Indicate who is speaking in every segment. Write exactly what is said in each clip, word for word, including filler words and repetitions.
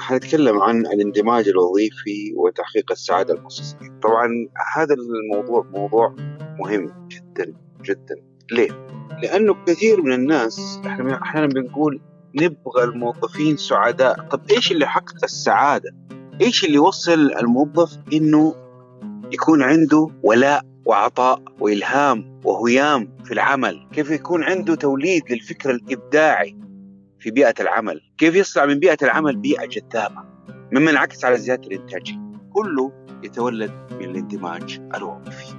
Speaker 1: حنتكلم عن الاندماج الوظيفي وتحقيق السعادة المؤسسية. طبعا هذا الموضوع موضوع مهم جدا جدا. ليه؟ لأنه كثير من الناس احنا أحيانا بنقول نبغى الموظفين سعداء. طب إيش اللي حقق السعادة؟ إيش اللي يوصل الموظف إنه يكون عنده ولاء وعطاء وإلهام وهيام في العمل؟ كيف يكون عنده توليد للفكر الإبداعي في بيئة العمل؟ كيف يصنع من بيئة العمل بيئة جذابة مما ينعكس على زيادة الإنتاجية؟ كله يتولد من الاندماج الوظيفي.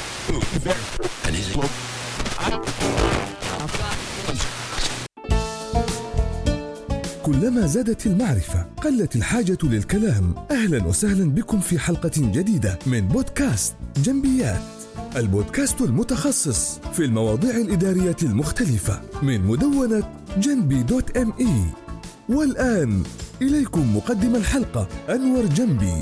Speaker 2: كلما زادت المعرفة قلت الحاجة للكلام. أهلا وسهلا بكم في حلقة جديدة من بودكاست جنبيات، البودكاست المتخصص في المواضيع الإدارية المختلفة من مدونة جنبي دوت ام اي. والآن إليكم مقدم الحلقة أنور جنبي.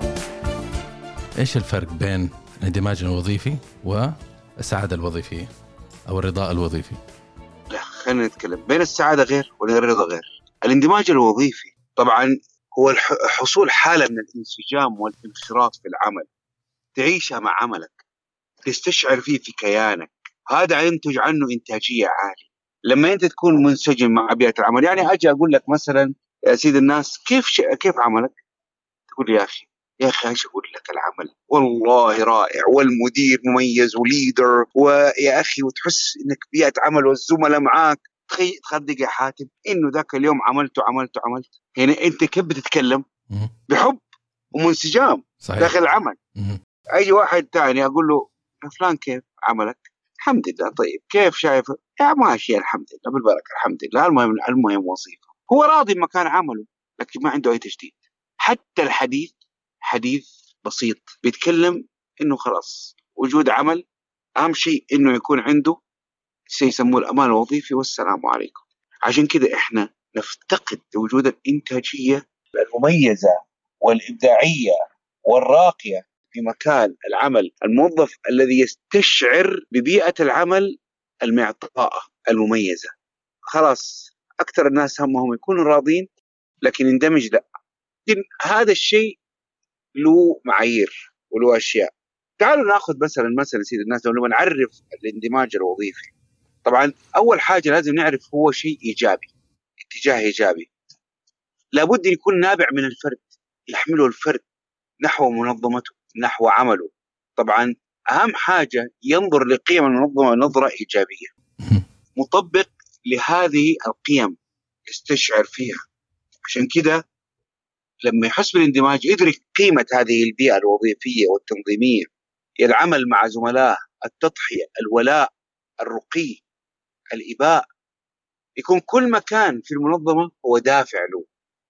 Speaker 3: إيش الفرق بين الاندماج الوظيفي والسعادة الوظيفية أو الرضاء الوظيفي؟
Speaker 1: لا، خلينا نتكلم بين السعادة غير والرضا غير. الاندماج الوظيفي طبعا هو حصول حالة من الانسجام والانخراط في العمل، تعيشها مع عملك، تستشعر فيه في كيانك، هذا ينتج عنه إنتاجية عالية. لما أنت تكون منسجم مع بيئة العمل، يعني أجي أقول لك مثلا يا سيد الناس كيف ش... كيف عملك؟ تقول يا أخي يا أخي إيش أقول لك، العمل والله رائع والمدير مميز وليدر ويا أخي، وتحس إنك بيئة عمل والزملاء معاك. تخيل تصدق يا حاتم إنه ذاك اليوم عملت وعملت وعملت. هنا أنت كيف بتتكلم؟ بحب ومنسجام صحيح. داخل العمل. أي واحد تاني أقول له فلان كيف عملك؟ الحمد لله. طيب كيف شايف؟ يا ماشي الحمد لله بالبركة الحمد لله. المهم المهم وظيفة، هو راضي بمكان عمله لكن ما عنده أي تجديد. حتى الحديث حديث بسيط بيتكلم إنه خلاص وجود عمل، أهم شيء إنه يكون عنده شيء يسموه الأمان الوظيفي والسلام عليكم. عشان كده إحنا نفتقد وجود الإنتاجية المميزة والإبداعية والراقية في مكان العمل. الموظف الذي يستشعر ببيئة العمل المعطاءة المميزة، خلاص أكثر الناس همهم يكونوا راضين لكن يندمج لا. هذا الشيء له معايير وله أشياء. تعالوا نأخذ مثلا مثلا سيد الناس لما نعرف الاندماج الوظيفي. طبعا أول حاجة لازم نعرف هو شيء إيجابي، اتجاه إيجابي لابد يكون نابع من الفرد، يحمله الفرد نحو منظمته نحو عمله. طبعا أهم حاجة ينظر لقيم المنظمة نظرة إيجابية، مطبق لهذه القيم يستشعر فيها. عشان كده لما يحس بالاندماج يدرك قيمة هذه البيئة الوظيفية والتنظيمية، العمل مع زملاء، التضحية، الولاء، الرقي، الإباء. يكون كل مكان في المنظمة هو دافع له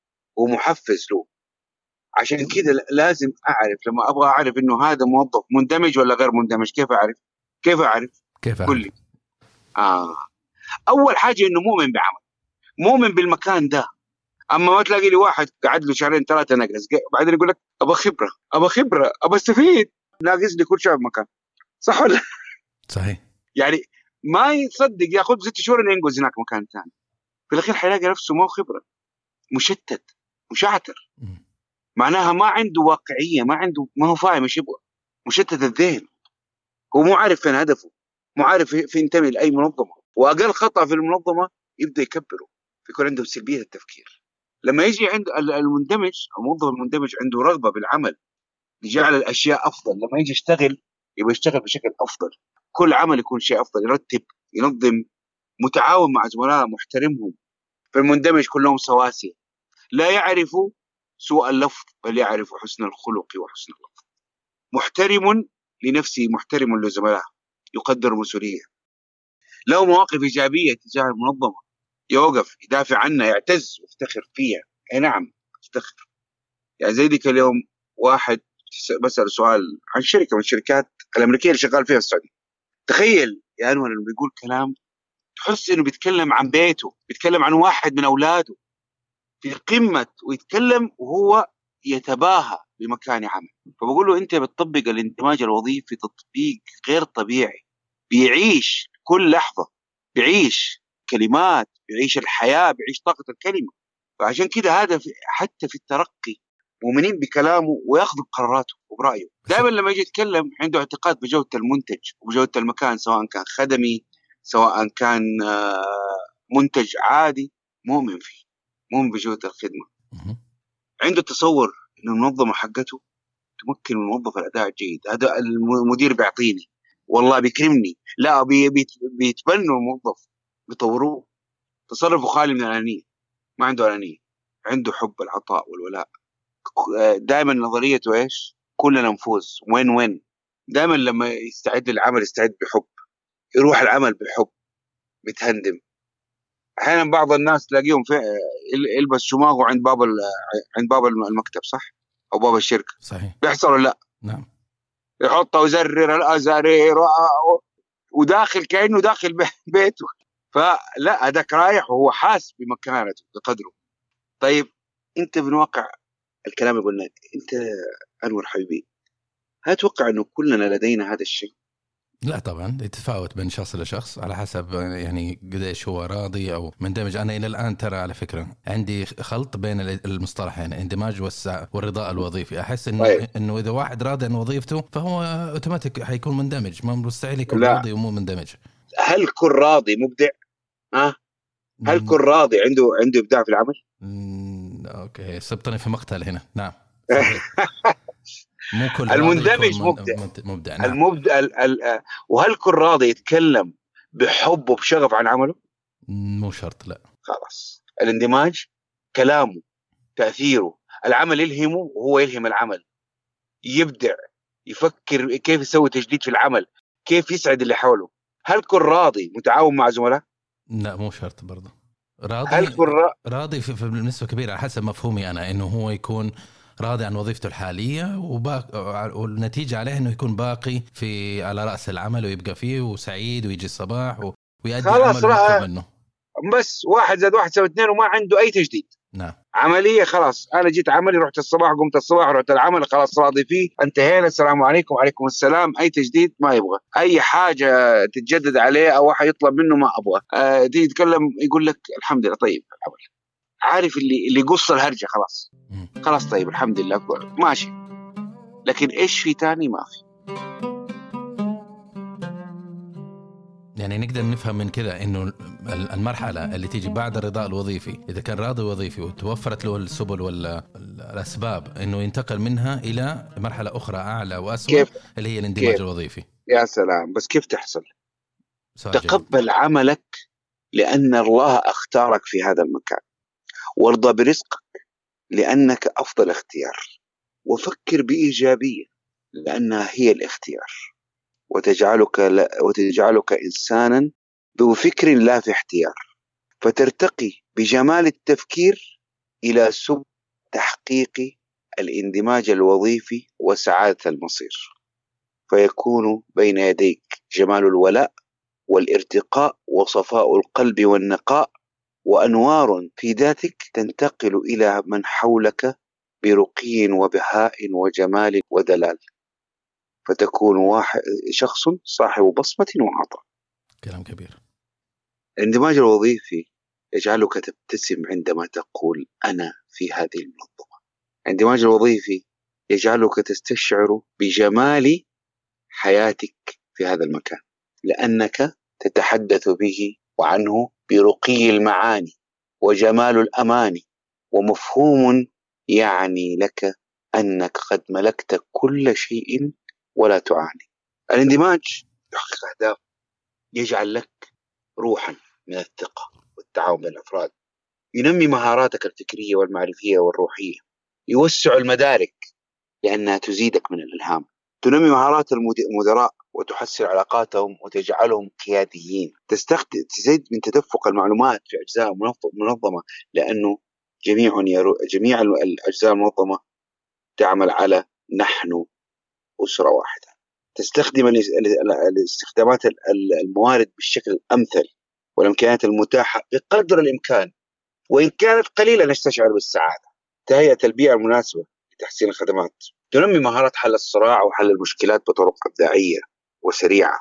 Speaker 1: ومحفز له. عشان كده لازم أعرف، لما أبغى أعرف إنه هذا موظف مندمج ولا غير مندمج، كيف أعرف؟ كيف أعرف؟
Speaker 3: كيف أعرف؟
Speaker 1: كلي. آه. أول حاجة إنه مؤمن بعمل، مؤمن بالمكان ده. أما ما تلاقي لي واحد قعد له شهرين ثلاثة ناقص، بعدين يقول لك أبغى خبرة أبغى خبرة أبغى استفيد، ناقص لي كل شهر مكان. صح ولا؟
Speaker 3: صحيح.
Speaker 1: يعني ما يصدق ياخذ ست شهور إنه ينقز هناك مكان ثاني، في الأخير حيلاقي نفسه ما هو خبرة، مشتت مشعتر. معناها ما عنده واقعية، ما عنده ما هو فاهم ايش يبغى، مشتت الذهن، هو مو عارف فين هدفه، مو عارف فين ينتمي لأي منظمة. وأقل خطأ في المنظمة يبدأ يكبره، يكون عنده سلبية التفكير. لما يجي عند المندمج، الموظف المندمج عنده رغبة بالعمل لجعل الأشياء أفضل. لما يجي يشتغل يبغى يشتغل بشكل أفضل، كل عمل يكون شيء أفضل، يرتب ينظم، متعاون مع زملاء، محترمهم. فالمندمج كلهم سواسية، لا يعرفوا سوء اللفظ بل يعرف حسن الخلق وحسن اللفظ. محترم لنفسه محترم لزملائه، يقدر مسؤولية، له مواقف إيجابية تجاه المنظمة، يوقف يدافع عنها، يعتز ويفتخر فيها. أي نعم يفتخر. يعني زي ذيك اليوم واحد بسأل سؤال عن شركة من الشركات الأمريكية اللي شغال فيها السعودية. تخيل يا أنور إنه بيقول كلام تحس إنه بيتكلم عن بيته، بيتكلم عن واحد من أولاده في قمة، ويتكلم وهو يتباهى بمكان عمل. فبقول له أنت بتطبق الاندماج الوظيفي تطبيق غير طبيعي، بيعيش كل لحظة، بيعيش كلمات، بيعيش الحياة، بيعيش طاقة الكلمة. فعشان كده هذا في حتى في الترقي مؤمنين بكلامه وياخذ قراراته وبرأيه. دائما لما يجي يتكلم عنده اعتقاد بجودة المنتج وبجودة المكان، سواء كان خدمي سواء كان منتج عادي، مؤمن فيه، مؤمن بجودة الخدمة. عنده تصور إن المنظمة حقته تمكن الموظف الأداء الجيد. هذا المدير بيعطيني والله بيكرمني، لا بي بيتبنوا الموظف، بيطوروه. تصرفه خالي من الأنانية، ما عنده أنانية، عنده حب العطاء والولاء. دائما نظريته إيش؟ كلنا نفوز، وين وين. دائما لما يستعد للعمل يستعد بحب، يروح العمل بحب، بتهندم. أحيانا بعض الناس تلاقيهم في يلبس شماغه عند باب عند باب المكتب، صح؟ أو باب الشركة،
Speaker 3: صحيح.
Speaker 1: بيحصل ولا لا؟
Speaker 3: نعم.
Speaker 1: يحطه ويزرر الأزرير وداخل كأنه داخل بيته. فلا، هذاك رايح وهو حاس بمكانته بقدره. طيب أنت من واقع الكلام اللي قلنا، أنت أنور حبيبي، هل تتوقع أنه كلنا لدينا هذا الشيء؟
Speaker 3: لا طبعا، يتفاوت بين شخص لشخص على حسب يعني قديش هو راضي أو مندمج. أنا إلى الآن ترى على فكرة عندي خلط بين المصطلحين، اندماج والرضاء الوظيفي. أحس إنه طيب. إنه إذا واحد راضي عن وظيفته فهو أوتوماتيك حيكون مندمج، ما مستحيل يكون راضي ومو مندمج.
Speaker 1: هل كل راضي مبدع؟ أه؟ هل كل راضي عنده عنده إبداع في العمل؟
Speaker 3: أوكي، سبتني في مقتل هنا. نعم.
Speaker 1: مو كل المندمج مبدع
Speaker 3: مبدع. نعم.
Speaker 1: المبدع ال ال وهل كل راضي يتكلم بحب وبشغف عن عمله؟
Speaker 3: مو شرط، لا.
Speaker 1: خلاص، الاندماج كلامه، تأثيره، العمل يلهمه وهو يلهم العمل، يبدع، يفكر كيف يسوي تجديد في العمل، كيف يسعد اللي حوله. هل كل راضي متعاون مع زملاء؟
Speaker 3: لا مو شرط برضه. راضي
Speaker 1: هل كل را...
Speaker 3: راضي في بالنسبة كبيرة على حسب مفهومي أنا، إنه هو يكون راضي عن وظيفته الحالية وباقي، والنتيجة عليه إنه يكون باقي في على رأس العمل ويبقى فيه وسعيد ويجي الصباح و... ويؤدي عمله منه.
Speaker 1: بس واحد زائد واحد يساوي اثنين وما عنده أي تجديد.
Speaker 3: نعم.
Speaker 1: عملية خلاص، أنا جيت عملي، رحت الصباح، قمت الصباح، رحت العمل، خلاص راضي فيه، انتهينا، السلام عليكم وعليكم السلام. أي تجديد ما يبغى، أي حاجة تتجدد عليه أو واحد يطلب منه ما أبغى. أه تيجي يتكلم يقول لك الحمد لله طيب العمل، عارف اللي اللي قص الهرجة خلاص خلاص طيب الحمد لله ماشي. لكن إيش في تاني؟ ما في.
Speaker 3: يعني نقدر نفهم من كده إنه المرحلة اللي تيجي بعد الرضاء الوظيفي، إذا كان راضي وظيفي وتوفرت له السبل والأسباب إنه ينتقل منها إلى مرحلة أخرى أعلى وأسوأ اللي هي الاندماج كيف؟ الوظيفي.
Speaker 1: يا سلام، بس كيف تحصل؟ تقبل جديد. عملك لأن الله اختارك في هذا المكان، وارضى برزقك لأنك أفضل اختيار، وفكر بإيجابية لأنها هي الاختيار، وتجعلك, لا وتجعلك إنسانا ذو فكر لا في احتيار، فترتقي بجمال التفكير إلى سبل تحقيق الاندماج الوظيفي وسعادة المصير، فيكون بين يديك جمال الولاء والارتقاء وصفاء القلب والنقاء، وأنوار في ذاتك تنتقل إلى من حولك برقي وبهاء وجمال ودلال، فتكون واحد شخص صاحب بصمة وعطاء.
Speaker 3: كلام كبير.
Speaker 1: الاندماج الوظيفي يجعلك تبتسم عندما تقول أنا في هذه المنظمة. الاندماج الوظيفي يجعلك تستشعر بجمال حياتك في هذا المكان، لأنك تتحدث به وعنه برقي المعاني وجمال الأماني، ومفهوم يعني لك أنك قد ملكت كل شيء ولا تعاني. الاندماج يحقق أهداف، يجعل لك روحا من الثقة والتعاون بين الأفراد، ينمي مهاراتك الفكرية والمعرفية والروحية، يوسع المدارك لأنها تزيدك من الإلهام، تنمي مهارات المدراء وتحسن علاقاتهم وتجعلهم قياديين، تزيد من تدفق المعلومات في أجزاء منظمة، لأنه جميع جميع الأجزاء المنظمة تعمل على نحن أسرة واحدة. تستخدم الاستخدامات الموارد بالشكل الأمثل والإمكانيات المتاحة بقدر الإمكان، وإن كانت قليلة نستشعر بالسعادة. تهيئة البيئة المناسبة لتحسين الخدمات، تنمي مهارات حل الصراع وحل المشكلات بطرق إبداعية وسريعة،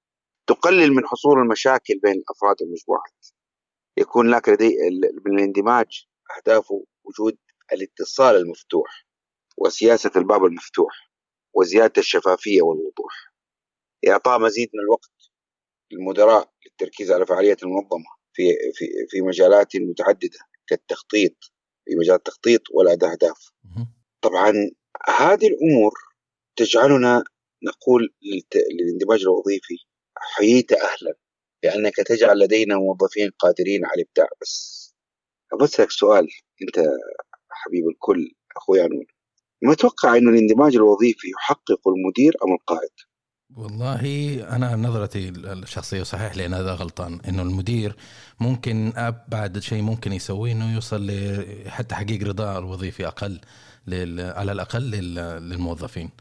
Speaker 1: تقلل من حصول المشاكل بين الأفراد والمجموعات. يكون لك لدي بالاندماج أهدافه وجود الاتصال المفتوح وسياسة الباب المفتوح وزيادة الشفافية والوضوح، إعطاء مزيد من الوقت للمدراء للتركيز على فعالية المنظمة في في في مجالات متعددة كالتخطيط، في مجال التخطيط والأهداف. طبعا هذه الأمور تجعلنا نقول للاندماج الوظيفي حييت أهلا، لأنك تجعل لدينا موظفين قادرين على الإبداع. بس أبسلك سؤال أنت حبيب الكل أخوي عنون، ما تتوقع أن الاندماج الوظيفي يحقق المدير أم القائد؟
Speaker 3: والله أنا نظرتي الشخصية صحيح، لأن هذا غلطان، إنه المدير ممكن أبعد شيء ممكن يسويه إنه يوصل حتى حقيق رضا الوظيفي أقل على الأقل للموظفين.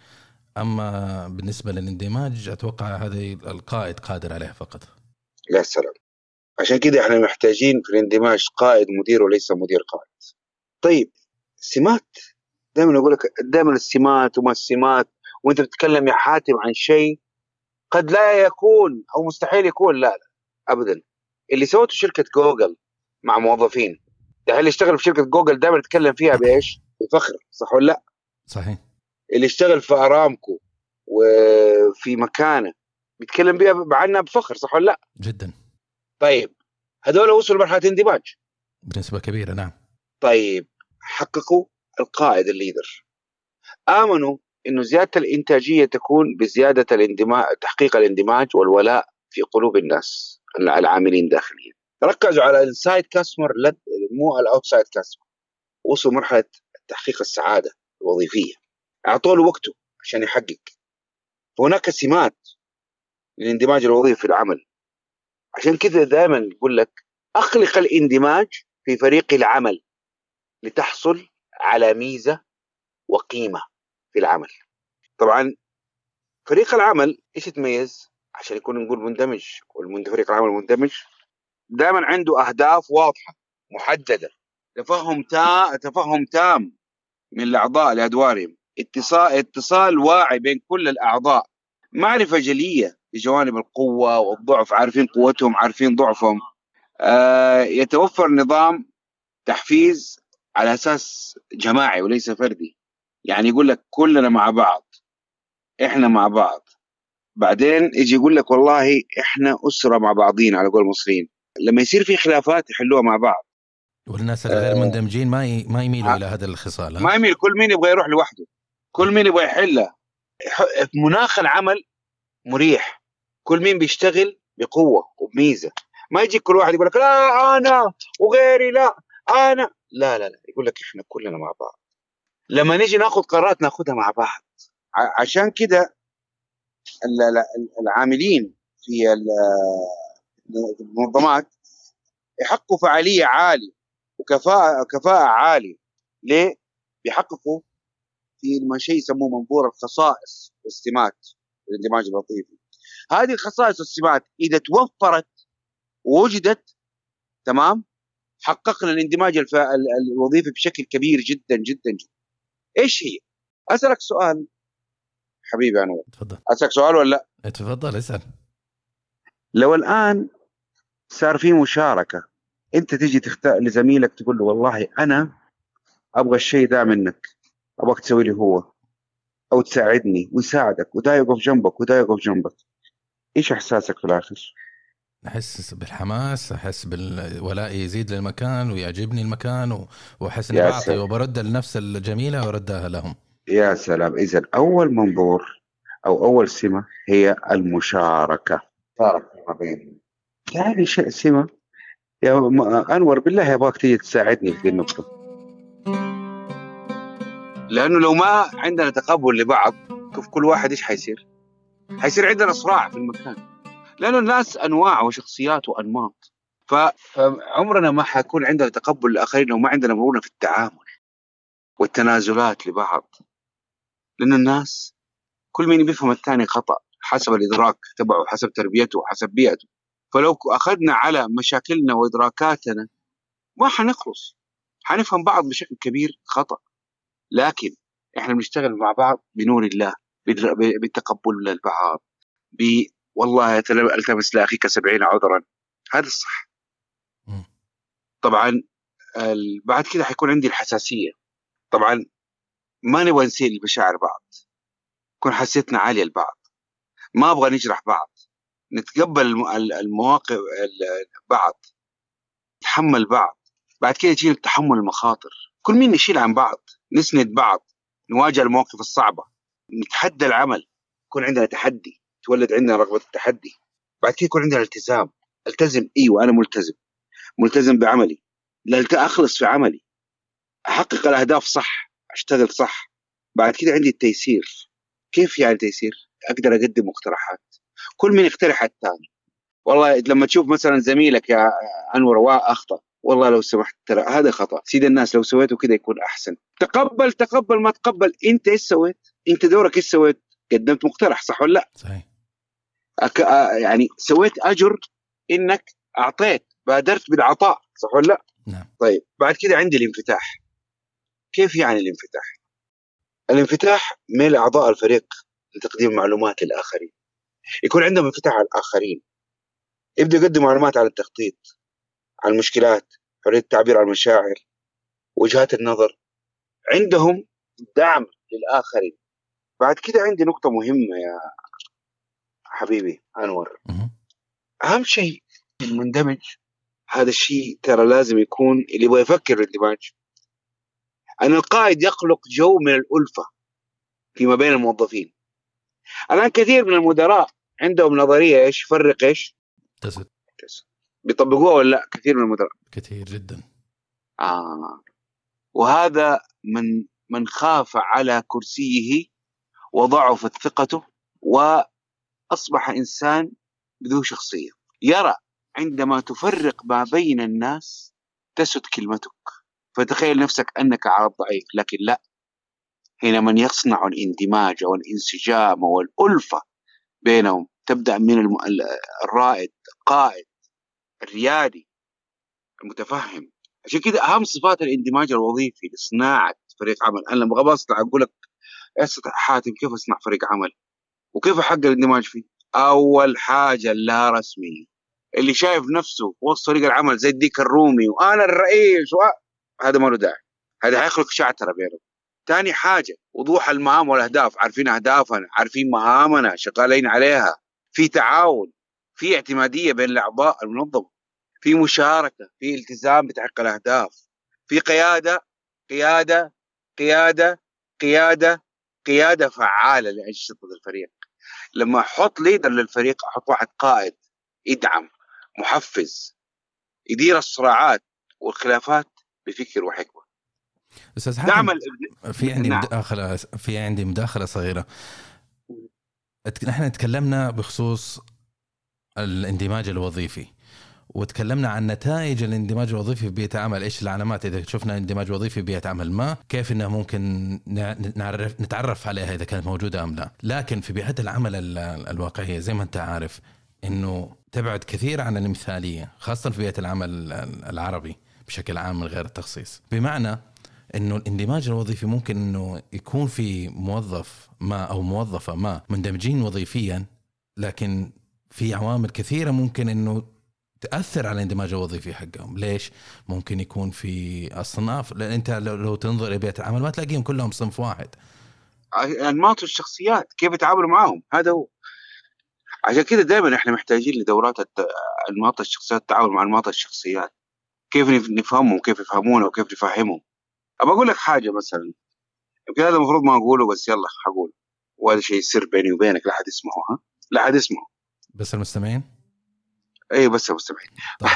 Speaker 3: أما بالنسبة للاندماج أتوقع هذا القائد قادر عليه فقط.
Speaker 1: لا سلام، عشان كده احنا محتاجين في الاندماج قائد مدير وليس مدير قائد. طيب سمات، دائما أقول لك دائما السمات وما السمات، وانت بتتكلم يا حاتم عن شيء قد لا يكون او مستحيل يكون. لا لا ابدا. اللي سوته شركة جوجل مع موظفين ده، اللي اشتغل في شركة جوجل دائما يتكلم فيها بايش؟ بفخر، صح ولا لا؟
Speaker 3: صحيح.
Speaker 1: اللي اشتغل في ارامكو وفي مكانه بيتكلم بيها عنها بفخر، صح ولا لا؟
Speaker 3: جدا.
Speaker 1: طيب هذول وصلوا لمرحلة اندماج
Speaker 3: بنسبة كبيرة. نعم.
Speaker 1: طيب حققوا القائد الليدر، آمنوا إنه زيادة الإنتاجية تكون بزيادة الاندماج، تحقيق الاندماج والولاء في قلوب الناس العاملين داخليا. ركزوا على الانسايد كاستمر مو الاوتسايد كاستمر. وصلوا مرحلة تحقيق السعادة الوظيفية، أعطوا له وقته عشان يحقق. هناك سمات للاندماج الوظيفي في العمل. عشان كذا دائما نقول لك أخلق الاندماج في فريق العمل لتحصل على ميزة وقيمة في العمل. طبعا فريق العمل ايش يتميز عشان يكون نقول مندمج؟ والفريق العمل المندمج دائما عنده اهداف واضحه محدده، تفهم تا تفهم تام من الاعضاء لادوارهم، اتصال اتصال واعي بين كل الاعضاء، معرفه جليه بجوانب القوه والضعف، عارفين قوتهم عارفين ضعفهم. آه يتوفر نظام تحفيز على اساس جماعي وليس فردي، يعني يقول لك كلنا مع بعض، احنا مع بعض. بعدين يجي يقول لك والله احنا اسره مع بعضين على قول المصريين، لما يصير في خلافات يحلوها مع بعض.
Speaker 3: والناس الغير مندمجين ما ي... ما يميلوا الى هذا الخصال.
Speaker 1: ما يميل، كل مين يبغى يروح لوحده، كل مين يبغى يحلها. مناخ العمل مريح، كل مين بيشتغل بقوه وبميزه. ما يجي كل واحد يقول لك لا انا وغيري، لا انا، لا لا لا، يقول لك احنا كلنا مع بعض. لما نيجي ناخذ قرارات ناخذها مع بعض. عشان كده العاملين في المنظمات يحققوا فعالية عالية وكفاءة كفاءة عالية. ليه؟ بيحققوا في ما شيء يسموه منظور الخصائص والسمات الاندماج الوظيفي. هذه الخصائص والسمات إذا توفرت ووجدت تمام حققنا الاندماج الف... الوظيفي بشكل كبير جدا جدا جدا. إيش هي؟ أسألك سؤال حبيبي أنور.
Speaker 3: تفضل.
Speaker 1: أسألك سؤال ولا لا؟
Speaker 3: تفضل اسأل.
Speaker 1: لو الآن صار في مشاركة، أنت تيجي تختار لزميلك تقول له والله أنا أبغى الشيء ده منك، أبغاك تسوي لي هو أو تساعدني، ويساعدك وده يقف جنبك وده يقف جنبك، إيش إحساسك في الآخر؟
Speaker 3: أحس بالحماس، أحس بالولاء يزيد للمكان ويعجبني المكان، وأحس إني بعطي وبرد لنفس الجميلة وردها لهم.
Speaker 1: يا سلام. إذن أول منظور أو أول سمة هي المشاركة. شارك ما بينهم. ثاني شيء سمة يا أنور بالله يبغاك تيجي تساعدني في النقطة، لأنه لو ما عندنا تقبل لبعض كيف كل واحد إيش حيصير؟ حيصير عندنا صراع في المكان، لأنه الناس أنواع وشخصيات وأنماط، فعمرنا ما حيكون عندنا تقبل للآخرين لو ما عندنا مرونة في التعامل والتنازلات لبعض. لأن الناس كل مين بيفهم الثاني خطأ حسب الإدراك تبعه، حسب تربيته، حسب بيئته. فلو أخذنا على مشاكلنا وإدراكاتنا ما حنخلص، حنفهم بعض بشكل كبير خطأ. لكن إحنا بنشتغل مع بعض بنور الله، بالتقبل للبعض، ب والله التمس لأخيك سبعين عذرا، هذا الصح. طبعا ال- بعد كده حيكون عندي الحساسية. طبعا ما نبغى نسيء المشاعر بعض، تكون حسيتنا عالية لبعض، ما أبغى نجرح بعض، نتقبل الم- ال- المواقف ال- بعض، نتحمل بعض. بعد كده يجينا تحمل المخاطر، كل مين نشيل عن بعض، نسند بعض، نواجه المواقف الصعبة، نتحدى العمل، يكون عندنا تحدي، تولد عندنا رغبة التحدي. بعد كده يكون عندنا التزام، التزم، ايوه انا ملتزم، ملتزم بعملي، لا اخلص في عملي، احقق الاهداف صح، اشتغل صح. بعد كده عندي التيسير. كيف يعني تيسير؟ اقدر اقدم مقترحات، كل من يقترح الثاني. والله لما تشوف مثلا زميلك يا انور واخطا، والله لو سمحت ترى هذا خطا، سيد الناس لو سويته كده يكون احسن. تقبل تقبل، ما تقبل انت ايش سويت؟ انت دورك ايش سويت؟ قدمت مقترح صح ولا لا؟
Speaker 3: صحيح.
Speaker 1: أك... آه، يعني سويت اجر انك اعطيت، بادرت بالعطاء صح ولا لا؟
Speaker 3: نعم.
Speaker 1: طيب بعد كده عندي الانفتاح. كيف يعني الانفتاح؟ الانفتاح ميل اعضاء الفريق لتقديم معلومات للاخرين، يكون عندهم انفتاح على الاخرين، يبدأ يقدم معلومات عن التخطيط، عن المشكلات، حرية التعبير عن المشاعر، وجهات النظر، عندهم دعم للآخرين. بعد كده عندي نقطة مهمة يا حبيبي أنور،
Speaker 3: مهم.
Speaker 1: أهم شيء المندمج. هذا الشيء ترى لازم يكون اللي يبغى يفكر الاندماج، أن القائد يخلق جو من الألفة فيما بين الموظفين. الآن كثير من المدراء عندهم نظرية إيش فرق إيش
Speaker 3: تسد.
Speaker 1: بيطبقوها ولا لا؟ كثير من المدراء
Speaker 3: كثير جدا.
Speaker 1: آه. وهذا من من خاف على كرسيه وضعفت ثقته وأصبح إنسان بذو شخصية. يرى عندما تفرق ما بين الناس تسد كلمتك، فتخيل نفسك أنك على الضعيف. لكن لا، هنا من يصنع الاندماج والانسجام والألفة بينهم، تبدأ من الم... الرائد، القائد، الريادي، المتفهم. عشان كده أهم صفات الاندماج الوظيفي لصناعة فريق عمل. أنا لما أبغى أصنع أقول لك يا أستاذ حاتم كيف أصنع فريق عمل وكيف أحقق الاندماج فيه؟ أول حاجة اللا رسمي، اللي شايف نفسه وسط فريق العمل زي الديك الرومي وأنا الرئيس و... هذا ما له داعي، هذا هيخلق شعترة بينهم. تاني حاجة وضوح المهام والأهداف، عارفين أهدافنا، عارفين مهامنا، شغالين عليها، في تعاون، في اعتمادية بين الأعضاء المنظمة، في مشاركة، في التزام بتحقيق الأهداف، في قيادة قيادة قيادة قيادة قيادة فعالة لأنشطة الفريق. لما أحط ليدر للفريق أحط واحد قائد يدعم، محفز، يدير الصراعات والخلافات بفكر وحكمة.
Speaker 3: أستاذ
Speaker 1: دعم
Speaker 3: حاتم،
Speaker 1: الإبداع.
Speaker 3: في عندي
Speaker 1: نعم.
Speaker 3: مداخلة في عندي مداخلة صغيرة. ات- نحن تكلمنا بخصوص الاندماج الوظيفي، وتكلمنا عن نتائج الاندماج الوظيفي في بيئة عمل. ايش العلامات اذا شفنا اندماج وظيفي في بيئة عمل ما، كيف انها ممكن نع- نعرف نتعرف عليها اذا كانت موجودة ام لا. لكن في بيئة العمل ال- الواقعية زي ما انت عارف انه تبعد كثير عن المثالية، خاصة في بيئة العمل العربي بشكل عام من غير التخصيص. بمعنى انه الاندماج الوظيفي ممكن انه يكون في موظف ما او موظفة ما مندمجين وظيفيا، لكن في عوامل كثيرة ممكن انه تأثر على الاندماج الوظيفي حقهم. ليش؟ ممكن يكون في أصناف، لأن أنت لو تنظر إلى بيئة العمل ما تلاقيهم كلهم صنف واحد.
Speaker 1: أنماط الشخصيات كيف يتعاملوا معهم، هذا هو. عشان كده دائما احنا محتاجين لدورات الت- أنماط الشخصيات، التعامل مع أنماط الشخصيات، كيف نف- نفهمهم، كيف يفهمونا، وكيف نفهمهم. أبى أقول لك حاجة مثلا، يمكن هذا المفروض ما أقوله بس يلا حقول، وهذا شيء سر بيني وبينك، لا حد يسمعه، ها لا حد يسمعه،
Speaker 3: بس المستمعين.
Speaker 1: أي بس المستمعين.
Speaker 3: طيب.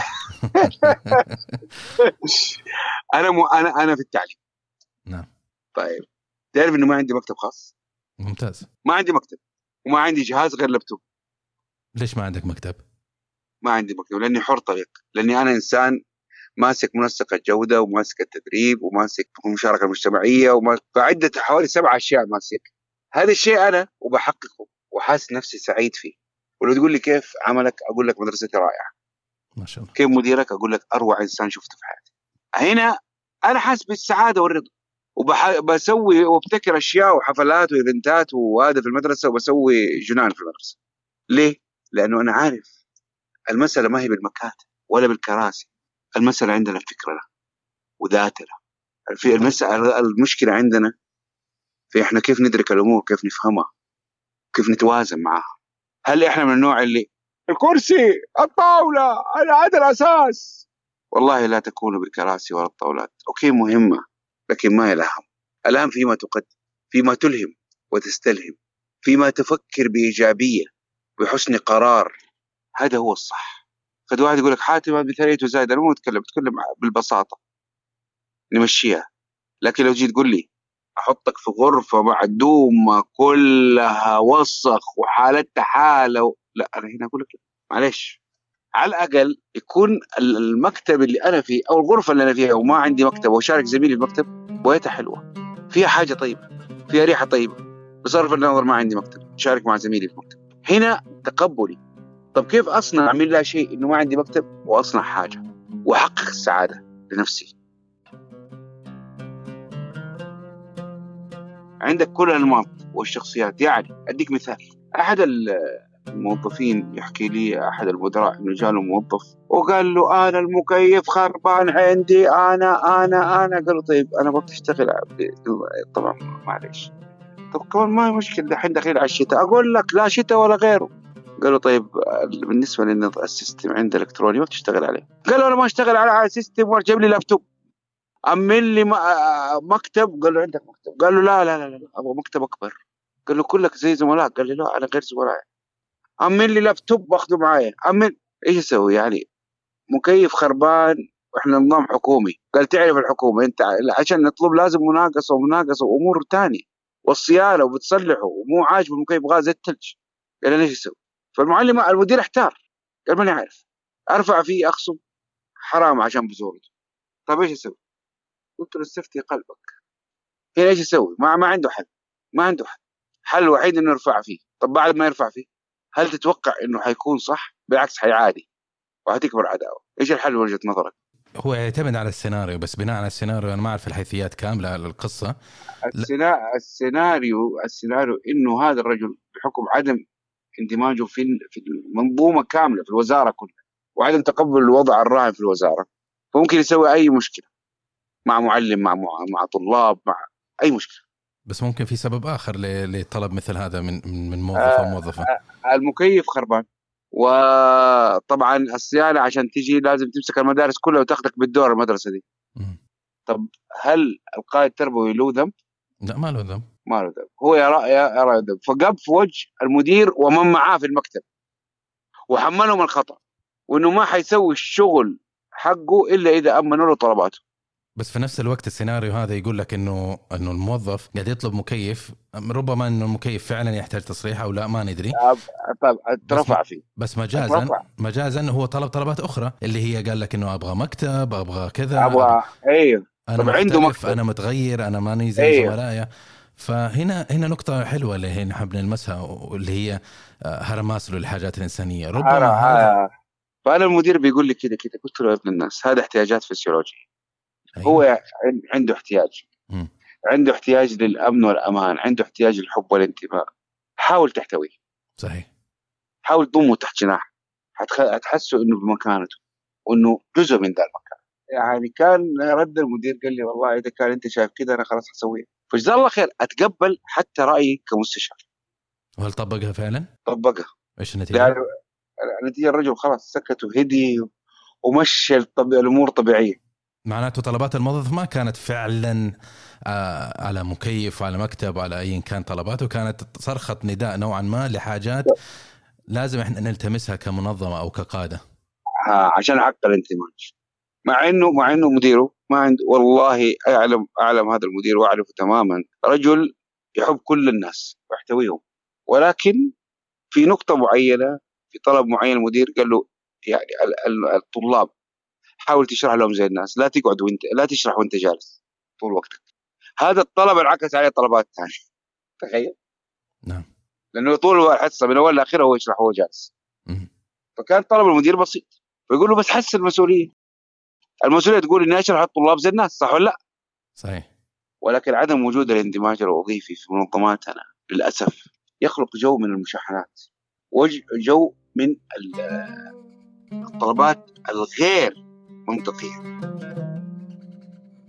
Speaker 1: أنا م... أنا أنا في التعليم.
Speaker 3: نعم.
Speaker 1: طيب تعرف إنه ما عندي مكتب خاص؟
Speaker 3: ممتاز.
Speaker 1: ما عندي مكتب وما عندي جهاز غير لابتوب.
Speaker 3: ليش ما عندك مكتب؟
Speaker 1: ما عندي مكتب لأني حر طريق، لأني أنا إنسان ماسك منسق الجودة وماسك التدريب وماسك المشاركة المجتمعية وماسك عدة حوالي سبع أشياء ماسك. هذا الشيء أنا وبحققه وحاسس نفسي سعيد فيه. ولو تقول لي كيف عملك أقول لك مدرستي رائعة.
Speaker 3: ما شاء الله.
Speaker 1: كيف مديرك أقول لك أروع إنسان شفته في حياتي. هنا أنا حاسس بالسعادة والرضا، وبسوي وابتكر أشياء وحفلات وإيفنتات وهذا في المدرسة، وبسوي جنان في المدرسة. ليه؟ لأنه أنا عارف المسألة ما هي بالمكاتب ولا بالكراسي، المسألة عندنا فكرنا، وذاتنا. في المسألة المشكلة عندنا في إحنا كيف ندرك الأمور، كيف نفهمها، كيف نتوازن معها. هل إحنا من النوع اللي الكرسي الطاولة هذا الأساس؟ والله لا تكونوا بالكراسي ولا الطاولات، أوكي مهمة، لكن ما هي الأهم. الأهم فيما تقدم، فيما تلهم وتستلهم، فيما تفكر بإيجابية بحسن قرار. هذا هو الصح. فدو واحد يقول لك حاتم هذا مثاليته زايد، أنا مو أتكلم أتكلم بالبساطة نمشيها. لكن لو جيت تقول لي أحطك في غرفة معدومة كلها وسخ وحالتها حالة و... لا، أنا هنا أقول لك معلش، على الأقل يكون المكتب اللي أنا فيه أو الغرفة اللي أنا فيها وما عندي مكتب وشارك زميلي المكتب بويتها حلوة، فيها حاجة طيبة، فيها ريحة طيبة، بصرف النظر ما عندي مكتب شارك مع زميلي في المكتب. هنا تقبلي. طب كيف أصنع أعمل لها شيء إنه ما عندي مكتب وأصنع حاجة وأحقق السعادة لنفسي؟ عندك كل الأنماط والشخصيات. يعني أديك مثال، أحد الموظفين يحكي لي أحد المدراء إنه جاله موظف وقال له أنا المكيف خربان عندي، أنا أنا أنا قال له طيب أنا بغيت أشتغل. طبعا معلش، طب كمان ما هي مشكلة، دحين داخلين على الشتاء، أقول لك لا شتاء ولا غيره. قال له طيب بالنسبة لأن السيستم عند إلكتروني ما بتشتغل عليه. قال له أنا ما أشتغل على سيستم وأجيب لي لابتوب، أمن لي مكتب. قال له عندك مكتب؟ قال له لا لا لا, لا. أبغى مكتب أكبر. قال له كلك زي زملاء؟ قال لي لا أنا غير زملاء. أمن لي لابتوب باخده معايا. أمن إيش أسوي يعني؟ مكيف خربان وإحنا نظام حكومي. قال تعرف الحكومة أنت عشان نطلب لازم مناقصة ومناقصة وأمور تانية والصيانة وبتصلحه ومو عاجب المكيف غاز الثلج. قال ليش أسوي؟ فالمعلم المدير احتار، قال ماني عارف، أرفع فيه أخصم حرام عشان بزورته. طب إيش أسوي؟ قلت له استفتي قلبك. هنا إيش أسوي؟ ما ما عنده حل، ما عنده حل. حل وحيد إنه يرفع فيه. طب بعد ما يرفع فيه هل تتوقع إنه حيكون صح؟ بالعكس حيعادي وهتكبر عداوة. إيش الحل وجهة نظرك؟
Speaker 3: هو يعتمد على السيناريو، بس بناء على السيناريو أنا ما أعرف الحيثيات كاملة للقصة.
Speaker 1: السينا... السيناريو السيناريو إنه هذا الرجل بحكم عدم اندماجه في في المنظومة كاملة في الوزارة كلها وعدم تقبل الوضع الراهن في الوزارة، فممكن يسوي أي مشكلة مع معلم مع مع طلاب مع أي مشكلة.
Speaker 3: بس ممكن في سبب آخر لطلب مثل هذا من من موظف أو موظفة.
Speaker 1: آه المكيف خربان، وطبعا الصيانة عشان تيجي لازم تمسك المدارس كلها وتاخدك بالدور المدرسة دي. م. طب هل القائد التربوي له ذنب؟
Speaker 3: لا ما له ذنب،
Speaker 1: ما له ذنب، هو يرى يرى ذنب، فقب في وجه المدير ومن معاه في المكتب وحملهم الخطأ وإنه ما حيسوي الشغل حقه إلا إذا أمنوا له طلباته.
Speaker 3: بس في نفس الوقت السيناريو هذا يقول لك إنه إنه الموظف قاعد يطلب مكيف، ربما إنه المكيف فعلا يحتاج تصريح أو لا ما ندري.
Speaker 1: طب ترفع فيه.
Speaker 3: بس مجازا مجازا هو طلب طلبات أخرى اللي هي قال لك إنه أبغى مكتب، أبغى كذا،
Speaker 1: أبغى أيوه
Speaker 3: أنا عنده مكتب، أنا متغير، أنا ماني زي
Speaker 1: أيوه.
Speaker 3: زملائي. فهنا هنا نقطة حلوة اللي هي نحب نلمسها واللي هي هرماسله للحاجات الإنسانية. ربما هذا
Speaker 1: فأنا المدير بيقول لي كده كده، قلت له يا ابن الناس هذا احتياجات فسيولوجية. أيوة. هو عنده احتياج م. عنده احتياج للأمن والأمان، عنده احتياج للحب والانتماء. حاول تحتويه.
Speaker 3: صحيح.
Speaker 1: حاول تضمه تحت جناح، هتحسه إنه بمكانته وإنه جزء من ذا المكان. يعني كان رد المدير قال لي والله إذا كان أنت شايف كده أنا خلاص هسويه. فجزاه الله خير، أتقبل حتى رأيي كمستشار.
Speaker 3: وهل طبقها فعلا؟
Speaker 1: طبقها.
Speaker 3: إيش النتيجة؟
Speaker 1: يعني النتيجة الرجل خلاص سكت وهدي ومشي الأمور طبيعية.
Speaker 3: معناته طلبات الموظف ما كانت فعلا آه على مكيف وعلى مكتب وعلى أي كان طلباته، كانت صرخة نداء نوعا ما لحاجات لازم احنا نلتمسها كمنظمة أو كقادة
Speaker 1: عشان حق الانتماج. مع إنه مع إنه مديره ما عنده، والله أعلم أعلم هذا المدير وأعرفه تماما، رجل يحب كل الناس ويحتويهم، ولكن في نقطة معينة في طلب معين المدير قال له يعني الطلاب حاول تشرح لهم زي الناس، لا تقعد وانت لا تشرح وانت جالس طول وقتك. هذا الطلب انعكس عليه طلبات ثانية. تخيل.
Speaker 3: نعم.
Speaker 1: لأنه طول الحصة من أول لآخره هو يشرح وهو جالس. م- فكان طلب المدير بسيط، فيقول له بس حس المسؤولية. المسؤولية تقول إني أشرح الطلاب زي الناس، صح ولا لا؟
Speaker 3: صحيح.
Speaker 1: ولكن عدم وجود الاندماج الوظيفي في منظماتنا للأسف يخلق جو من المشاحنات وجو من الطلبات الغير منطقية.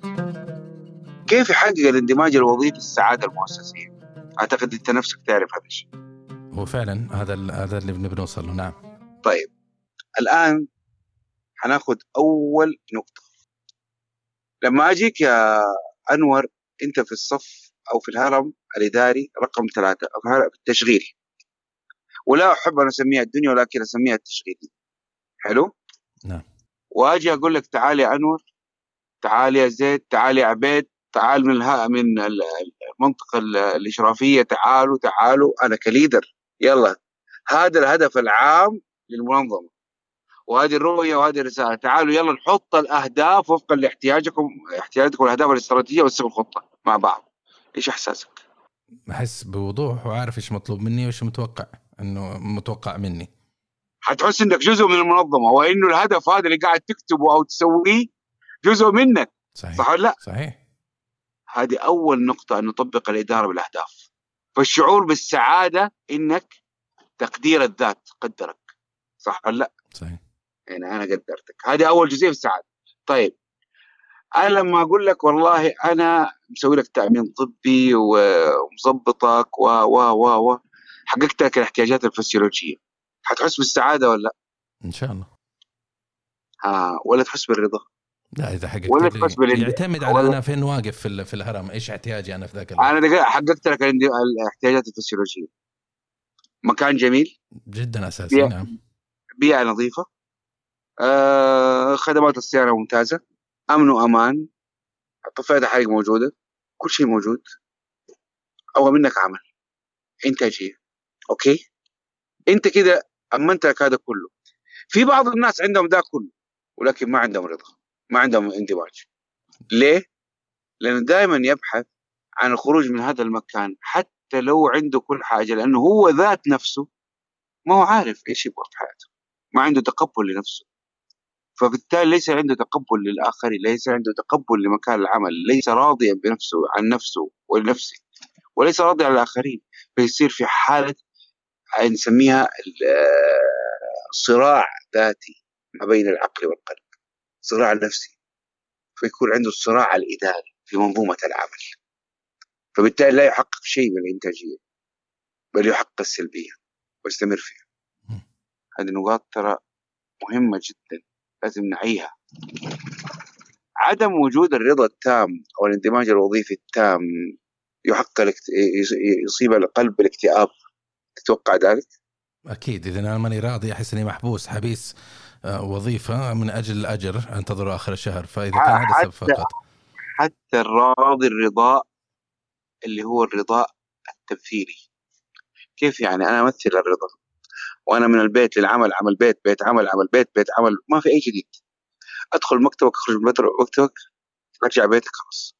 Speaker 1: كيف يحقق الاندماج الوظيفي السعادة المؤسسية؟ أعتقد أنت نفسك تعرف هذا الشيء.
Speaker 3: هو فعلا هذا هذا اللي بنبي نوصل له. نعم.
Speaker 1: طيب الآن هناخد أول نقطة. لما أجيك يا أنور أنت في الصف أو في الهرم الإداري رقم ثلاثة أو في الهرم التشغيلي، ولا أحب أن أسميها الدنيا ولكن أسميها التشغيلي، حلو؟
Speaker 3: نعم.
Speaker 1: وأجي أقول لك تعال يا أنور، تعال يا زيد، تعال يا عبيد، تعال من الها من المنطقة الإشرافية، تعالوا تعالوا أنا كليدر، يلا هذا الهدف العام للمنظمة وهذه الرؤية وهذه الرسالة، تعالوا يلا نحط الأهداف وفقا لاحتياجكم احتياجاتكم والاهداف الاستراتيجية ونسوي الخطة مع بعض. إيش إحساسك؟
Speaker 3: أحس بوضوح وعارف إيش مطلوب مني وإيش متوقع إنه متوقع مني.
Speaker 1: حتحس إنك جزء من المنظمة وإنه الهدف هذا اللي قاعد تكتبه أو تسويه جزء منك.
Speaker 3: صحيح.
Speaker 1: صح ولا لا؟
Speaker 3: صحيح.
Speaker 1: هذه أول نقطة، أن نطبق الإدارة بالأهداف. فالشعور بالسعادة إنك تقدير الذات قدرك. صح ولا لا؟
Speaker 3: صحيح.
Speaker 1: يعني أنا قدرتك، هذه أول جزئية في السعادة. طيب أنا لما أقول لك والله أنا مسوي لك تأمين طبي ومظبطك و و و و حققت لك الاحتياجات الفسيولوجية، حتحس بالسعادة ولا لا؟
Speaker 3: إن شاء الله.
Speaker 1: ها ولا تحس بالرضا؟
Speaker 3: لا إذا حققت
Speaker 1: ولا
Speaker 3: لي
Speaker 1: تحس بال
Speaker 3: يعتمد على أنا فين واقف في في الهرم، إيش احتياجي أنا في ذاك الوقت.
Speaker 1: أنا حققت لك الاحتياجات الفسيولوجية، مكان جميل
Speaker 3: جدا أساسي.
Speaker 1: بيئة,
Speaker 3: نعم.
Speaker 1: بيئة نظيفة، آه، خدمات الصيانة ممتازة، أمن وأمان، طفاية حريق موجودة، كل شيء موجود، أو منك عمل، إنتاجية. أوكي أنت كده أمنت لك هذا كله. في بعض الناس عندهم ده كله ولكن ما عندهم رضا، ما عندهم اندماج. ليه؟ لأنه دائما يبحث عن الخروج من هذا المكان حتى لو عنده كل حاجة، لأنه هو ذات نفسه ما هو عارف إيش يبغى في حياته، ما عنده تقبل لنفسه، فبالتالي ليس عنده تقبل للآخرين، ليس عنده تقبل لمكان العمل، ليس راضيا بنفسه عن نفسه ولنفسه، وليس راضي عن الآخرين، فيصير في حالة نسميها صراع ذاتي ما بين العقل والقلب، صراع نفسي، فيكون عنده الصراع الإداري في منظومة العمل، فبالتالي لا يحقق شيء من الإنتاجية بل يحقق السلبية ويستمر فيها. هذه نقاط ترى مهمة جدا لازم نعيها. عدم وجود الرضا التام أو الاندماج الوظيفي التام يحقق يصيب القلب بالاكتئاب. تتوقع ذلك؟
Speaker 3: أكيد. إذا أنا ماني راضي أحس إني محبوس حبيس وظيفة من أجل الأجر أنتظر آخر الشهر، فإذا كان هذا السبب فقط.
Speaker 1: حتى الراضي الرضاء اللي هو الرضاء التمثيلي. كيف يعني؟ أنا أمثل الرضا وأنا من البيت للعمل، عمل بيت بيت عمل عمل بيت بيت عمل، ما في أي جديد. أدخل مكتبك أخرج من مكتبك أرجع بيتك خلاص.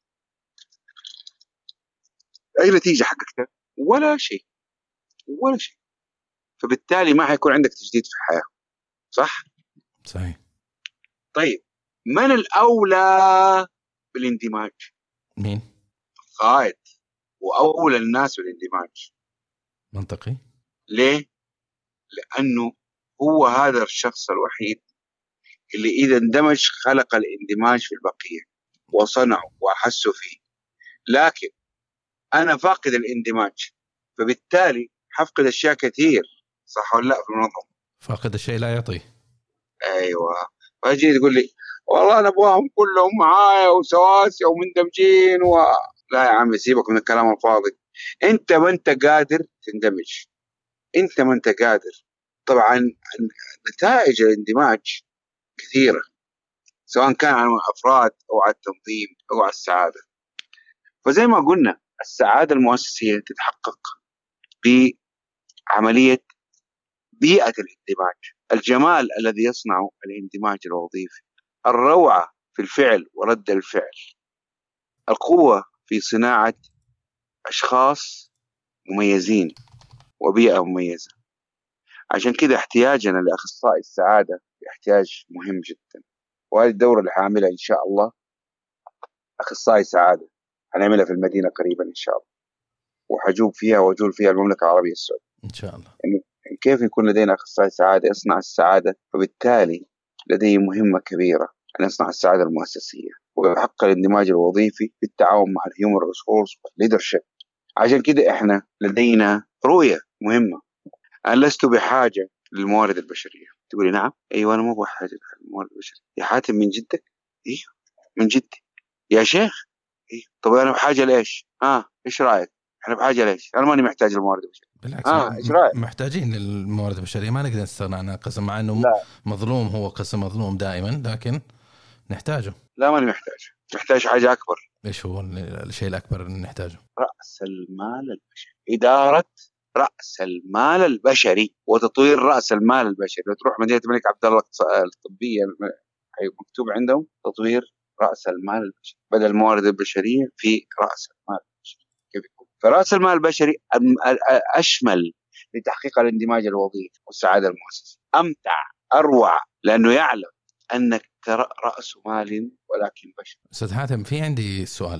Speaker 1: أي نتيجة حققتها؟ ولا شيء ولا شيء. فبالتالي ما حيكون عندك تجديد في الحياة. صح؟
Speaker 3: صحيح.
Speaker 1: طيب من الأولى بالاندماج؟
Speaker 3: مين؟
Speaker 1: قائد وأولى الناس بالاندماج.
Speaker 3: منطقي.
Speaker 1: ليه؟ لأنه هو هذا الشخص الوحيد اللي إذا اندمج خلق الاندماج في البقية وصنعه وأحسه فيه. لكن أنا فاقد الاندماج، فبالتالي حفقد أشياء كثير. صح ولا لا في المنظمة؟
Speaker 3: فاقد الشيء لا يعطيه.
Speaker 1: أيوة. فأجي تقول لي والله أنا أبغاهم كلهم معايا وسواسية ومندمجين و... لا يا عمي سيبك من الكلام الفاضي. أنت ما أنت قادر تندمج، أنت ما أنت قادر. طبعا نتائج الاندماج كثيرة سواء كان على الأفراد أو على التنظيم أو على السعادة. فزي ما قلنا السعادة المؤسسية تتحقق بعملية بيئة الاندماج، الجمال الذي يصنع الاندماج الوظيفي، الروعة في الفعل ورد الفعل، القوة في صناعة أشخاص مميزين وبيئة مميزة. عشان كده احتياجنا لأخصائي السعادة احتياج مهم جدا، وهذه الدورة اللي حاعملها إن شاء الله أخصائي سعادة هنعملها في المدينة قريبا إن شاء الله، وحجوب فيها وجول فيها المملكة العربية السعودية
Speaker 3: إن شاء الله.
Speaker 1: يعني كيف يكون لدينا أخصائي سعادة يصنع السعادة، فبالتالي لديه مهمة كبيرة أن يصنع السعادة المؤسسية. ويحقق الاندماج الوظيفي بالتعاون مع الهيومن ريسورس والليدرشيب. عشان كده احنا لدينا رؤية مهمة. أنا لست بحاجة للموارد البشرية. تقولي نعم، أيوة أنا مو بحاجة للموارد البشرية. يا حاتم من جدك؟ إيه من جدي. يا شيخ إيه؟ طب أنا بحاجة لإيش؟ آه إيش رأيك؟ إحنا بحاجة لإيش؟ أنا ماني محتاج للموارد البشرية.
Speaker 3: بالعكس
Speaker 1: آه إيش رأيك؟
Speaker 3: محتاجين للموارد البشرية، ما نقدر نستغنى عنها قسم، مع إنه
Speaker 1: لا.
Speaker 3: مظلوم، هو قسم مظلوم دائما، لكن نحتاجه.
Speaker 1: لا ماني محتاج، محتاج حاجة أكبر.
Speaker 3: إيش هو الشيء الأكبر اللي نحتاجه؟
Speaker 1: رأس المال البشري، إدارة رأس المال البشري وتطوير رأس المال البشري. لو تروح مدينة الملك عبد الله الطبية مكتوب عندهم تطوير رأس المال البشري بدل الموارد البشرية في رأس المال البشري. كيف يكون؟ فرأس المال البشري أشمل لتحقيق الاندماج الوظيفي والسعادة المؤسسية، أمتع، أروع، لأنه يعلم أنك رأس مال ولكن بشر.
Speaker 3: أستاذ حاتم، في عندي سؤال.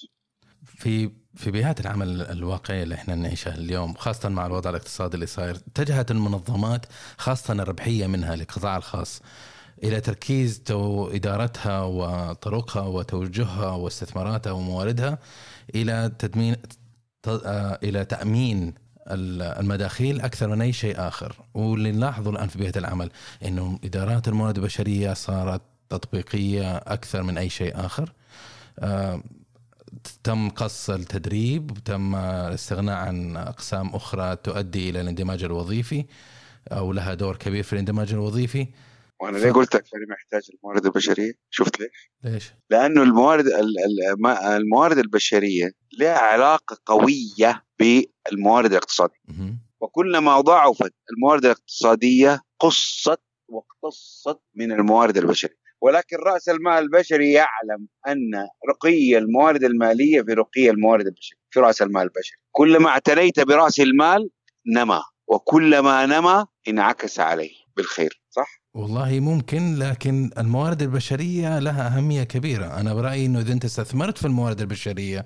Speaker 3: في في بيئات العمل الواقعية اللي احنا نعيشها اليوم، خاصة مع الوضع الاقتصادي اللي صاير، اتجهت المنظمات خاصة الربحية منها للقطاع الخاص إلى تركيز تو إدارتها وطرقها وتوجهها واستثماراتها ومواردها إلى تدمين إلى تأمين المداخيل أكثر من أي شيء آخر. واللي نلاحظه الآن في بيئة العمل إنه إدارات الموارد البشرية صارت تطبيقية أكثر من أي شيء آخر. آه تم قص التدريب، تم الاستغناء عن أقسام أخرى تؤدي إلى الاندماج الوظيفي أو لها دور كبير في الاندماج الوظيفي.
Speaker 1: وأنا ليه قلت لك أنا محتاج الموارد البشرية؟ شفت ليش؟
Speaker 3: ليش؟
Speaker 1: لأنه الموارد الموارد البشرية لها علاقة قوية بالموارد الاقتصادية، وكلما ضعفت الموارد الاقتصادية قصت واقتصت من الموارد البشرية. ولكن رأس المال البشري يعلم أن رقي الموارد المالية في رقي الموارد البشرية في رأس المال البشري. كلما اعتنيت برأس المال نما، وكلما نما انعكس عليه بالخير. صح؟
Speaker 3: والله ممكن، لكن الموارد البشرية لها أهمية كبيرة. أنا برأيي إنه إذا أنت استثمرت في الموارد البشرية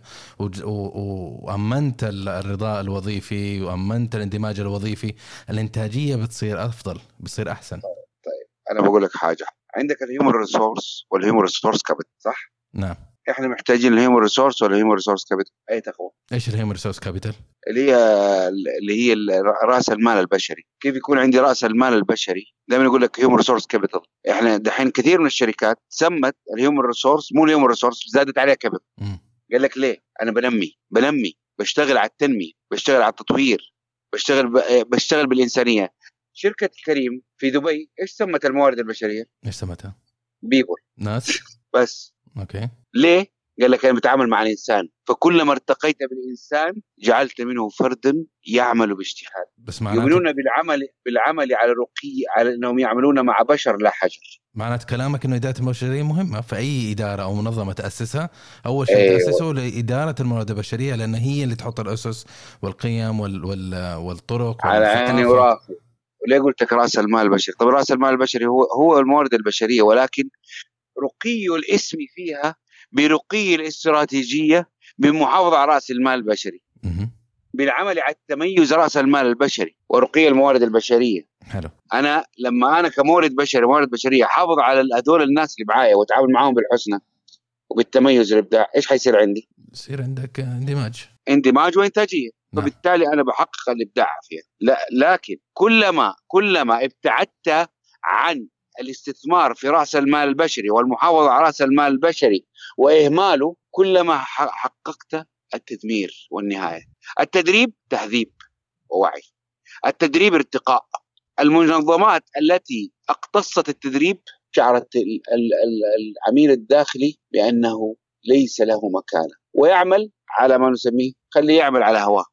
Speaker 3: وأمنت الرضاء الوظيفي وأمنت الاندماج الوظيفي، الإنتاجية بتصير أفضل، بتصير أحسن.
Speaker 1: طيب أنا بقول لك حاجة، عندك الهيومن ريسورس والهيومن ريسورس كابيتال، صح؟
Speaker 3: نعم.
Speaker 1: احنا محتاجين الهيومن ريسورس ولا الهيومن ريسورس كابيتال؟ اي تخوف.
Speaker 3: ايش الهيومن ريسورس كابيتال؟
Speaker 1: اللي هي اللي هي راس المال البشري. كيف يكون عندي راس المال البشري؟ دائما يقول لك هيومن ريسورس كابيتال. احنا دحين كثير من الشركات سمت الهيومن ريسورس مو الهيومن ريسورس، زادت عليها كابيتال. قال لك ليه؟ انا بنمي بنمي بشتغل على التنميه، بشتغل على التطوير، بشتغل ب... بشتغل بالانسانيه. شركه كريم في دبي ايش سمت الموارد البشريه؟
Speaker 3: ايش سمتها؟
Speaker 1: بيبول،
Speaker 3: ناس
Speaker 1: بس.
Speaker 3: اوكي.
Speaker 1: ليه؟ قال لك انا بتعامل مع الانسان، فكلما ارتقيت بالانسان جعلت منه فردا يعمل باجتهاد.
Speaker 3: بس معناته
Speaker 1: يؤمنون بالعمل بالعمل على رقي، على انهم يعملون مع بشر لا حجر.
Speaker 3: معناته كلامك انه اداره البشريه مهمه في اي اداره او منظمه تاسسها. اول شيء
Speaker 1: أيوة.
Speaker 3: تاسسه لاداره الموارد البشريه، لان هي اللي تحط الاسس والقيم وال... وال... والطرق
Speaker 1: على عيني وراسي. وليه قلت لك راس المال البشري؟ طب راس المال البشري هو هو الموارد البشريه، ولكن رقي الاسم فيها برقي الاستراتيجية، بمحافظة على رأس المال البشري، بالعمل على التميز رأس المال البشري ورقي الموارد البشرية.
Speaker 3: حلو.
Speaker 1: أنا لما أنا كمورد بشري موارد بشرية حافظ على هذول الناس اللي معايا وتعامل معهم بالحسنى وبالتميز والإبداع، إيش حيصير عندي؟
Speaker 3: يصير عندك اندماج
Speaker 1: اندماج وإنتاجية. نعم. فبالتالي أنا بحقق الإبداع فيها. لا لكن كلما كلما ابتعدت عن الاستثمار في رأس المال البشري والمحافظة على رأس المال البشري وإهماله، كلما حققت التدمير والنهاية. التدريب تهذيب ووعي، التدريب ارتقاء. المنظمات التي اقتصت التدريب شعرت العميل الداخلي بأنه ليس له مكانة، ويعمل على ما نسميه خليه يعمل على هواه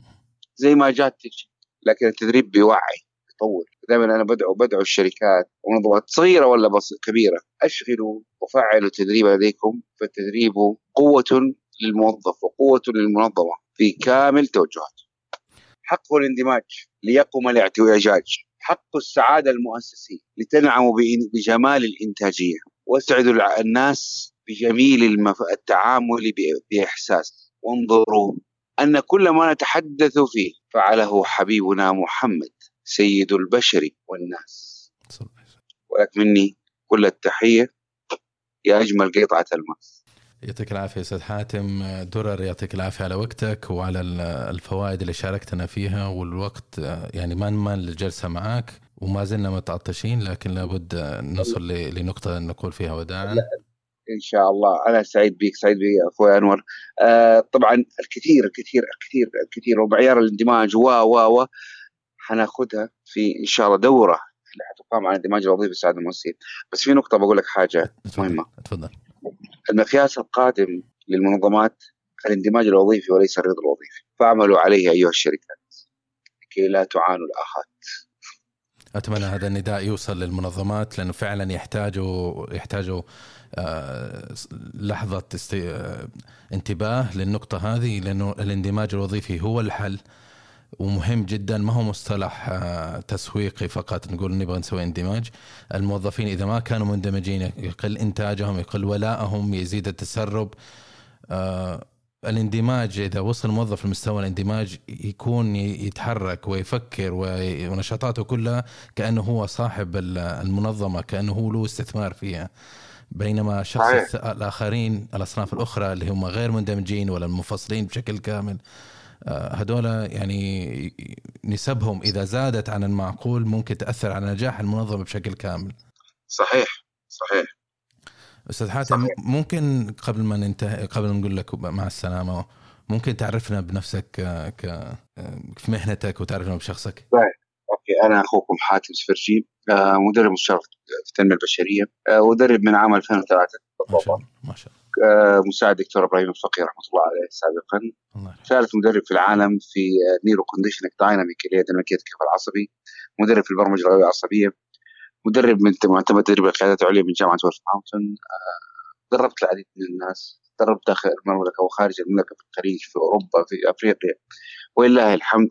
Speaker 1: زي ما جات تجي. لكن التدريب بيوعي يطور. دائما أنا بدعو بدعو الشركات ومنظمات صغيرة ولا بس كبيرة، أشغلوا وفعلوا التدريب لديكم، فالتدريب قوة للموظف وقوة للمنظمة في كامل توجهات. حقوا الاندماج ليقوم الاعتجاج، حقوا السعادة المؤسسية لتنعموا بجمال الإنتاجية، واسعدوا الناس بجميل التعامل بإحساس. وانظروا أن كل ما نتحدث فيه فعله حبيبنا محمد سيد البشر والناس. ولك مني كل التحية يا أجمل قطعة الماس.
Speaker 3: يعطيك العافية أستاذ حاتم درر، يعطيك العافية على وقتك وعلى الفوائد اللي شاركتنا فيها، والوقت يعني ما نمل الجلسة معك، وما زلنا متعطشين لكن لابد نصل لنقطة نقول فيها وداعا.
Speaker 1: إن شاء الله. أنا سعيد بيك، سعيد بيك أخوي أنور. آه طبعا الكثير الكثير الكثير الكثير ومعيار الاندماج و و و حناخدها في إن شاء الله دورة اللي حتقام على الاندماج الوظيفي السعادة المؤسسين. بس في نقطة بقول لك حاجة مهمة.
Speaker 3: تفضل.
Speaker 1: المقياس القادم للمنظمات الاندماج الوظيفي وليس الرضا الوظيفي، فاعملوا عليه أيها الشركات كي لا تعانوا الآخات.
Speaker 3: أتمنى هذا النداء يوصل للمنظمات، لأنه فعلا يحتاجوا يحتاجوا آه لحظة استي... آه انتباه للنقطة هذه، لأنه الاندماج الوظيفي هو الحل ومهم جدا، ما هو مصطلح آه تسويقي فقط نقول نبغى نسوي اندماج. الموظفين إذا ما كانوا مندمجين يقل إنتاجهم، يقل ولائهم، يزيد التسرب. آه الاندماج إذا وصل الموظف لمستوى الاندماج يكون يتحرك ويفكر ونشاطاته كلها كأنه هو صاحب المنظمة، كأنه هو له استثمار فيها. بينما شخص الآخرين الأصناف الأخرى اللي هم غير مندمجين ولا منفصلين بشكل كامل، هذولا يعني نسبهم إذا زادت عن المعقول ممكن تأثر على نجاح المنظمة بشكل كامل.
Speaker 1: صحيح صحيح.
Speaker 3: أستاذ حاتم، ممكن قبل ما ننتهي، قبل ما نقول لك مع السلامة، ممكن تعرفنا بنفسك ك في مهنتك وتعرفنا بشخصك؟
Speaker 1: صحيح. أوكي، أنا أخوكم حاتم سفرجي، مدرب مستشار في التنمية البشرية، ودرب من عام ألفين وثلاثة.
Speaker 3: ما شاء الله ما شاء الله.
Speaker 1: مساعد دكتور إبراهيم الفقي رحمة الله عليه سابقا. ثالث مدرب في العالم في نيرو كونديشنينج دايناميك اللي هي ديناميكية الكيف العصبي. مدرب في البرمجة اللغوية العصبية. مدرب من معتمد تدريب القيادات العليا من جامعة ولفرهامبتون. دربت العديد من الناس، دربت داخل المملكة وخارج المملكة، في الخليج، في أوروبا، في أفريقيا، ولله الحمد.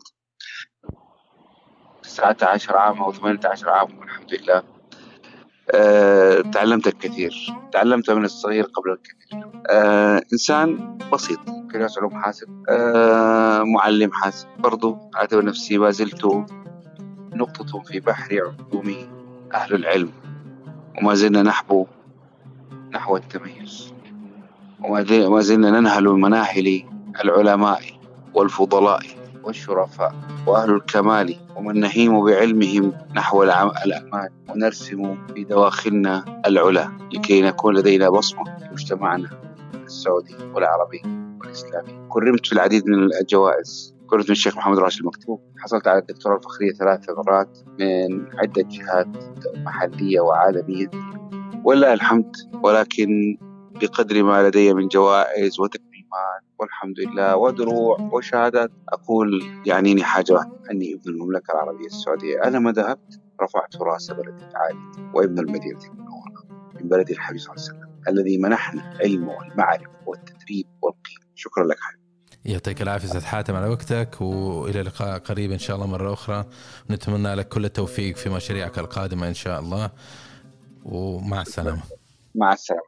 Speaker 1: تسعة عشر عام أو ثمانية عشر عام والحمد لله. أه، تعلمت الكثير، تعلمت من الصغير قبل الكبير. أه، إنسان بسيط، كلاس علوم حاسب، أه، معلم حاسب، برضو أعتبر نفسي ما زلت نقطة في بحر علومي أهل العلم، وما زلنا نحبو نحو التميز، وما زلنا ننهل من مناهل العلماء والفضلاء والشرفاء وأهل الكمال، ومن نهيم بعلمهم نحو الأمان، ونرسم في دواخلنا العلا لكي نكون لدينا بصمة في مجتمعنا السعودي والعربي والإسلامي. كرمت في العديد من الجوائز، كرمت من الشيخ محمد راشد المكتوب، حصلت على الدكتوراه الفخرية ثلاث مرات من عدة جهات محلية وعالمية والله الحمد. ولكن بقدر ما لدي من جوائز وتكريمات والحمد لله ودروع وشهادات، أقول يعنيني حاجة واحدة، أني ابن المملكة العربية السعودية. أنا ما ذهبت رفعت راس بلدي العالي وابن المدينة المنورة من بلد الحبيب صلى الله عليه وسلم الذي منحنا العلم والمعرفة والتدريب والقيم. شكرا لك حبيبي.
Speaker 3: يعطيك العافية أستاذ حاتم على وقتك، وإلى لقاء قريب إن شاء الله مرة أخرى. نتمنى لك كل التوفيق في مشاريعك القادمة إن شاء الله، ومع السلامة.
Speaker 1: مع السلامة.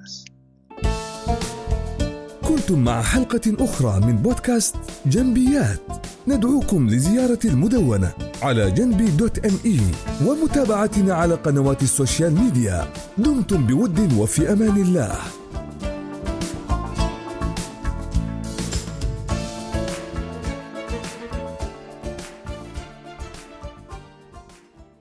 Speaker 2: كنتم مع حلقة أخرى من بودكاست جنبيات. ندعوكم لزيارة المدونة على جنبي دوت ام اي ومتابعتنا على قنوات السوشيال ميديا. دمتم بود وفي أمان الله.